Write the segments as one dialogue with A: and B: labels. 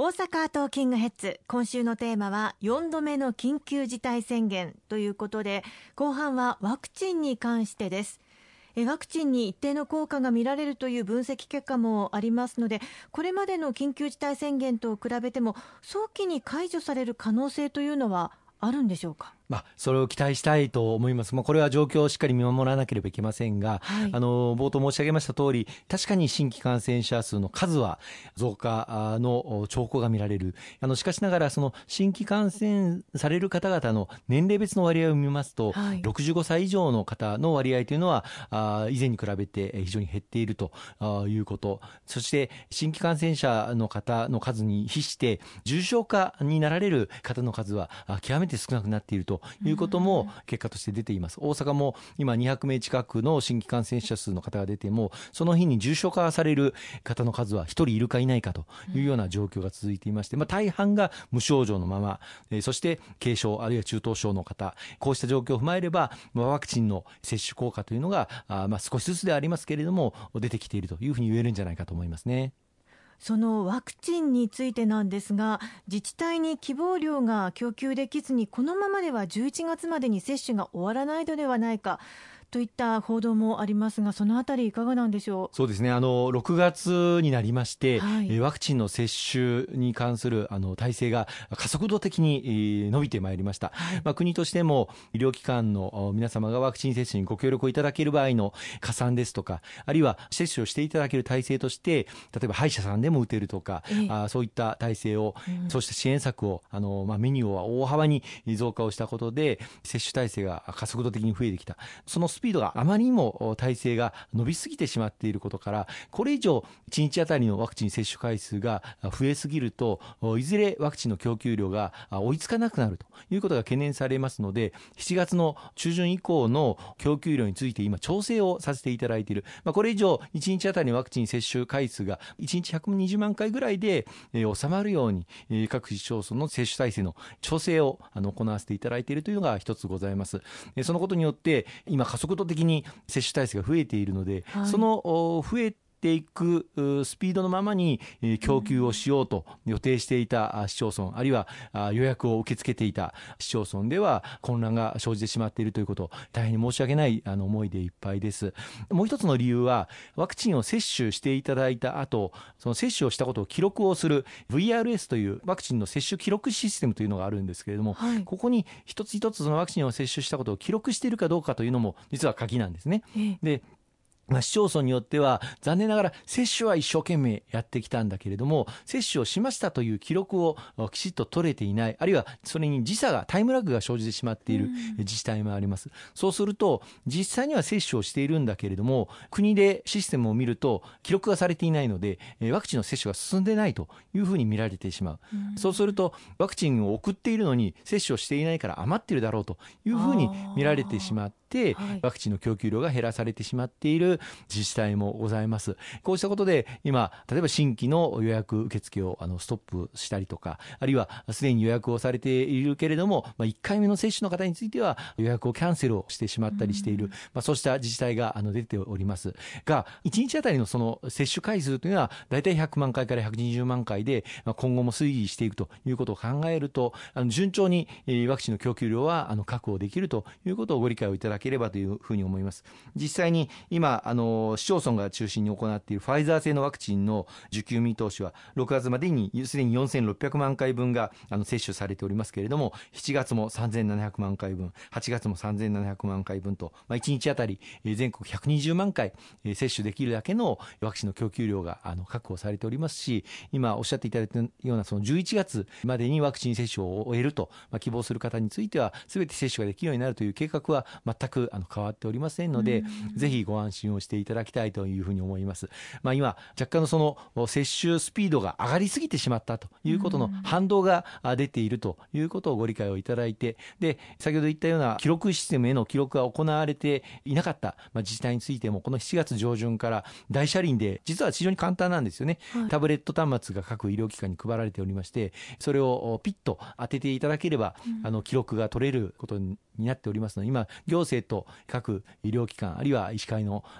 A: 大阪トーキングヘッズ、今週のテーマは4度目の緊急事態宣言ということで、後半はワクチンに関してです。ワクチンに一定の効果が見られるという分析結果もありますので、これまでの緊急事態宣言と比べても早期に解除される可能性というのはあるんでしょうか。
B: それを期待したいと思います。これは状況をしっかり見守らなければいけませんが、冒頭申し上げました通り、確かに新規感染者数の数は増加の兆候が見られる。しかしながら、その新規感染される方々の年齢別の割合を見ますと、65歳以上の方の割合というのは以前に比べて非常に減っているということ、そして新規感染者の方の数に比して重症化になられる方の数は極めて少なくなっているということも結果として出ています。大阪も今200名近くの新規感染者数の方が出ても、その日に重症化される方の数は1人いるかいないかというような状況が続いていまして、大半が無症状のまま、そして軽症あるいは中等症の方、こうした状況を踏まえれば、ワクチンの接種効果というのが少しずつでありますけれども出てきているというふうに言えるんじゃないかと思いますね。
A: そのワクチンについてなんですが、自治体に希望量が供給できずに、このままでは11月までに接種が終わらないのではないかといった報道もありますが、そのあたりいかがなんでしょう。
B: そうですね、6月になりまして、ワクチンの接種に関する体制が加速度的に伸びてまいりました。国としても医療機関の皆様がワクチン接種にご協力をいただける場合の加算ですとか、あるいは接種をしていただける体制として、例えば歯医者さんでも打てるとか、そういった体制を、そうした支援策をメニューは大幅に増加をしたことで、接種体制が加速度的に増えてきた。そのスピードがあまりにも体制が伸びすぎてしまっていることから、これ以上1日あたりのワクチン接種回数が増えすぎると、いずれワクチンの供給量が追いつかなくなるということが懸念されますので、7月の中旬以降の供給量について今調整をさせていただいている。これ以上1日あたりのワクチン接種回数が1日120万回ぐらいで収まるように、各市町村の接種体制の調整を行わせていただいているというのが一つございます。そのことによって今加速度的に接種体制が増えているので、その増えていくスピードのままに供給をしようと予定していた市町村、あるいは予約を受け付けていた市町村では混乱が生じてしまっているということ、大変に申し訳ない思いでいっぱいです。もう一つの理由は、ワクチンを接種していただいた後、その接種をしたことを記録をする VRS というワクチンの接種記録システムというのがあるんですけれども、ここに一つ一つそのワクチンを接種したことを記録しているかどうかというのも実は鍵なんですね。で市町村によっては残念ながら接種は一生懸命やってきたんだけれども、接種をしましたという記録をきちっと取れていない、あるいはそれに時差がタイムラグが生じてしまっている自治体もあります。そうすると実際には接種をしているんだけれども、国でシステムを見ると記録がされていないので、ワクチンの接種が進んでないというふうに見られてしまう。そうするとワクチンを送っているのに接種をしていないから余っているだろうというふうに見られてしまって、ワクチンの供給量が減らされてしまっている自治体もございます。こうしたことで今例えば新規の予約受付をストップしたりとか、あるいはすでに予約をされているけれども、1回目の接種の方については予約をキャンセルをしてしまったりしている、そうした自治体が出ておりますが、1日あたりのその接種回数というのはだいたい100万回から120万回で、今後も推移していくということを考えると、順調にワクチンの供給量は確保できるということをご理解をいただければというふうに思います。実際に今市町村が中心に行っているファイザー製のワクチンの受給見通しは6月までにすでに4600万回分が接種されておりますけれども、7月も3700万回分、8月も3700万回分と、1日あたり全国120万回接種できるだけのワクチンの供給量が確保されておりますし、今おっしゃっていただいたようなその11月までにワクチン接種を終えると希望する方については全て接種ができるようになるという計画は全く変わっておりませんので、ぜひご安心をしていただきたいというふうに思います。今若干のその接種スピードが上がりすぎてしまったということの反動が出ているということをご理解をいただいて、で先ほど言ったような記録システムへの記録が行われていなかった自治体についても、この7月上旬から大車輪で、実は非常に簡単なんですよね、タブレット端末が各医療機関に配られておりまして、それをピッと当てていただければ記録が取れることになっておりますので、今行政と各医療機関あるいは医師会の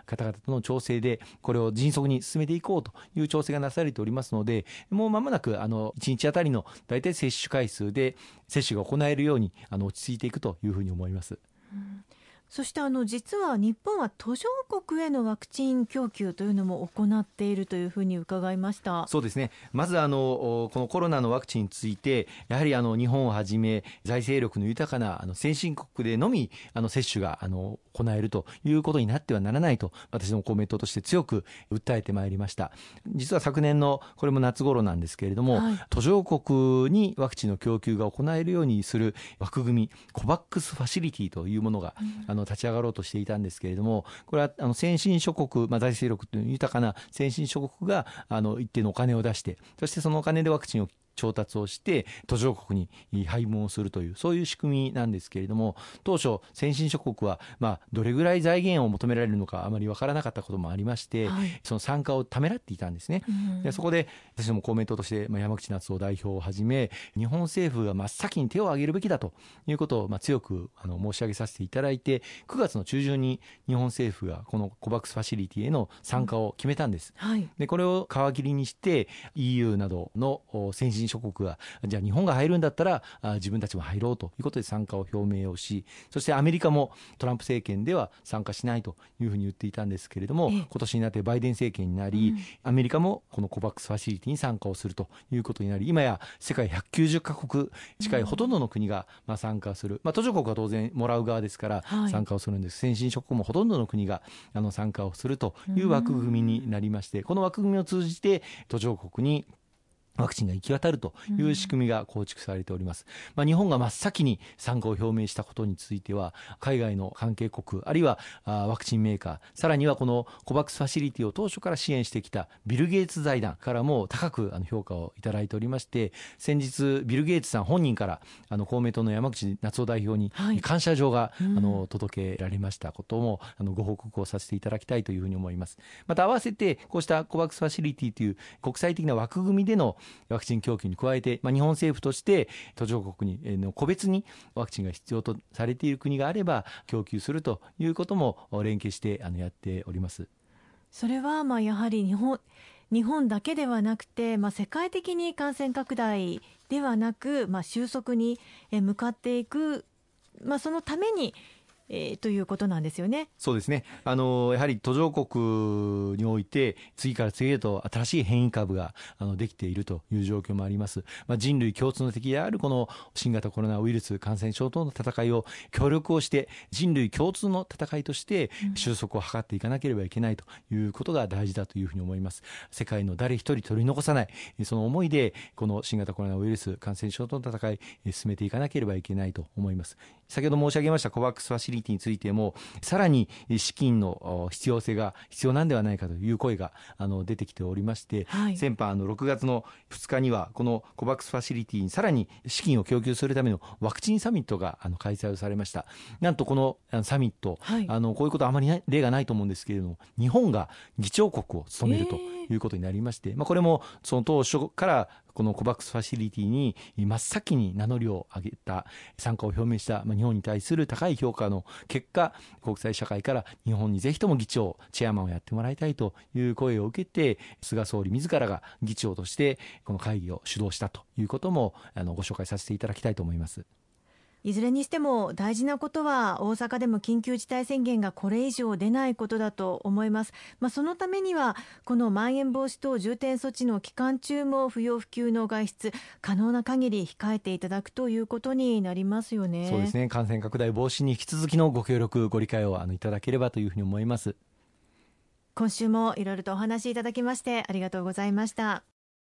B: 方々との調整でこれを迅速に進めていこうという調整がなされておりますので、もう間もなく1日あたりの大体接種回数で接種が行えるように落ち着いていくというふうに思います。
A: そして実は日本は途上国へのワクチン供給というのも行っているというふうに伺いました。
B: そうですね。まずこのコロナのワクチンについて、やはり日本をはじめ財政力の豊かな先進国でのみ接種が行えるということになってはならないと、私の公明党として強く訴えてまいりました。実は昨年のこれも夏頃なんですけれども、途上国にワクチンの供給が行えるようにする枠組み、コバックスファシリティというものが立ち上がろうとしていたんですけれども、これは先進諸国、財政力という豊かな先進諸国が一定のお金を出して、そしてそのお金でワクチンを調達をして途上国に配分をするという、そういう仕組みなんですけれども、当初先進諸国はどれぐらい財源を求められるのかあまり分からなかったこともありまして、その参加をためらっていたんですね。でそこで私ども公明党として山口那津男代表をはじめ、日本政府が真っ先に手を挙げるべきだということを強く申し上げさせていただいて、9月の中旬に日本政府がこのコバックスファシリティへの参加を決めたんです。でこれを皮切りにして EU などの先進諸国が、じゃあ日本が入るんだったら自分たちも入ろうということで参加を表明をし、そしてアメリカもトランプ政権では参加しないというふうに言っていたんですけれども、今年になってバイデン政権になり、アメリカもこのコバックスファシリティに参加をするということになり、今や世界190カ国近いほとんどの国が参加する、途上国は当然もらう側ですから参加をするんです。先進諸国もほとんどの国が参加をするという枠組みになりまして、この枠組みを通じて途上国にワクチンが行き渡るという仕組みが構築されております。日本が真っ先に参加を表明したことについては、海外の関係国、あるいはワクチンメーカー、さらにはこのコバックスファシリティを当初から支援してきたビル・ゲイツ財団からも高く評価をいただいておりまして、先日ビル・ゲイツさん本人から公明党の山口那津男代表に感謝状が届けられましたこともご報告をさせていただきたいというふうに思います。また合わせてこうしたコバックスファシリティという国際的な枠組みでのワクチン供給に加えて、日本政府として途上国に個別にワクチンが必要とされている国があれば供給するということも連携してやっております。
A: それはやはり日本だけではなくて、世界的に感染拡大ではなく、収束に向かっていく、そのためにということなんですよね。
B: そうですね。やはり途上国において次から次へと新しい変異株ができているという状況もあります。人類共通の敵であるこの新型コロナウイルス感染症との戦いを協力をして人類共通の戦いとして収束を図っていかなければいけないということが大事だというふうに思います。世界の誰一人取り残さない、その思いでこの新型コロナウイルス感染症との戦い進めていかなければいけないと思います。先ほど申し上げましたコバックスファシリティについても、さらに資金の必要性が必要なんではないかという声が出てきておりまして、先般6月の2日にはこのコバックスファシリティにさらに資金を供給するためのワクチンサミットが開催をされました。なんとこのサミット、こういうことはあまり例がないと思うんですけれども、日本が議長国を務めるということになりまして、これもその当初からこのコバックスファシリティに真っ先に名乗りを上げた、参加を表明した日本に対する高い評価の結果、国際社会から日本にぜひとも議長チェアマンをやってもらいたいという声を受けて、菅総理自らが議長としてこの会議を主導したということもご紹介させていただきたいと思います。
A: いずれにしても大事なことは、大阪でも緊急事態宣言がこれ以上出ないことだと思います。そのためにはこのまん延防止等重点措置の期間中も不要不急の外出可能な限り控えていただくということになりますよね。
B: そうですね。感染拡大防止に引き続きのご協力ご理解をいただければというふうに思います。
A: 今週もいろいろとお話しいただきましてありがとうございました。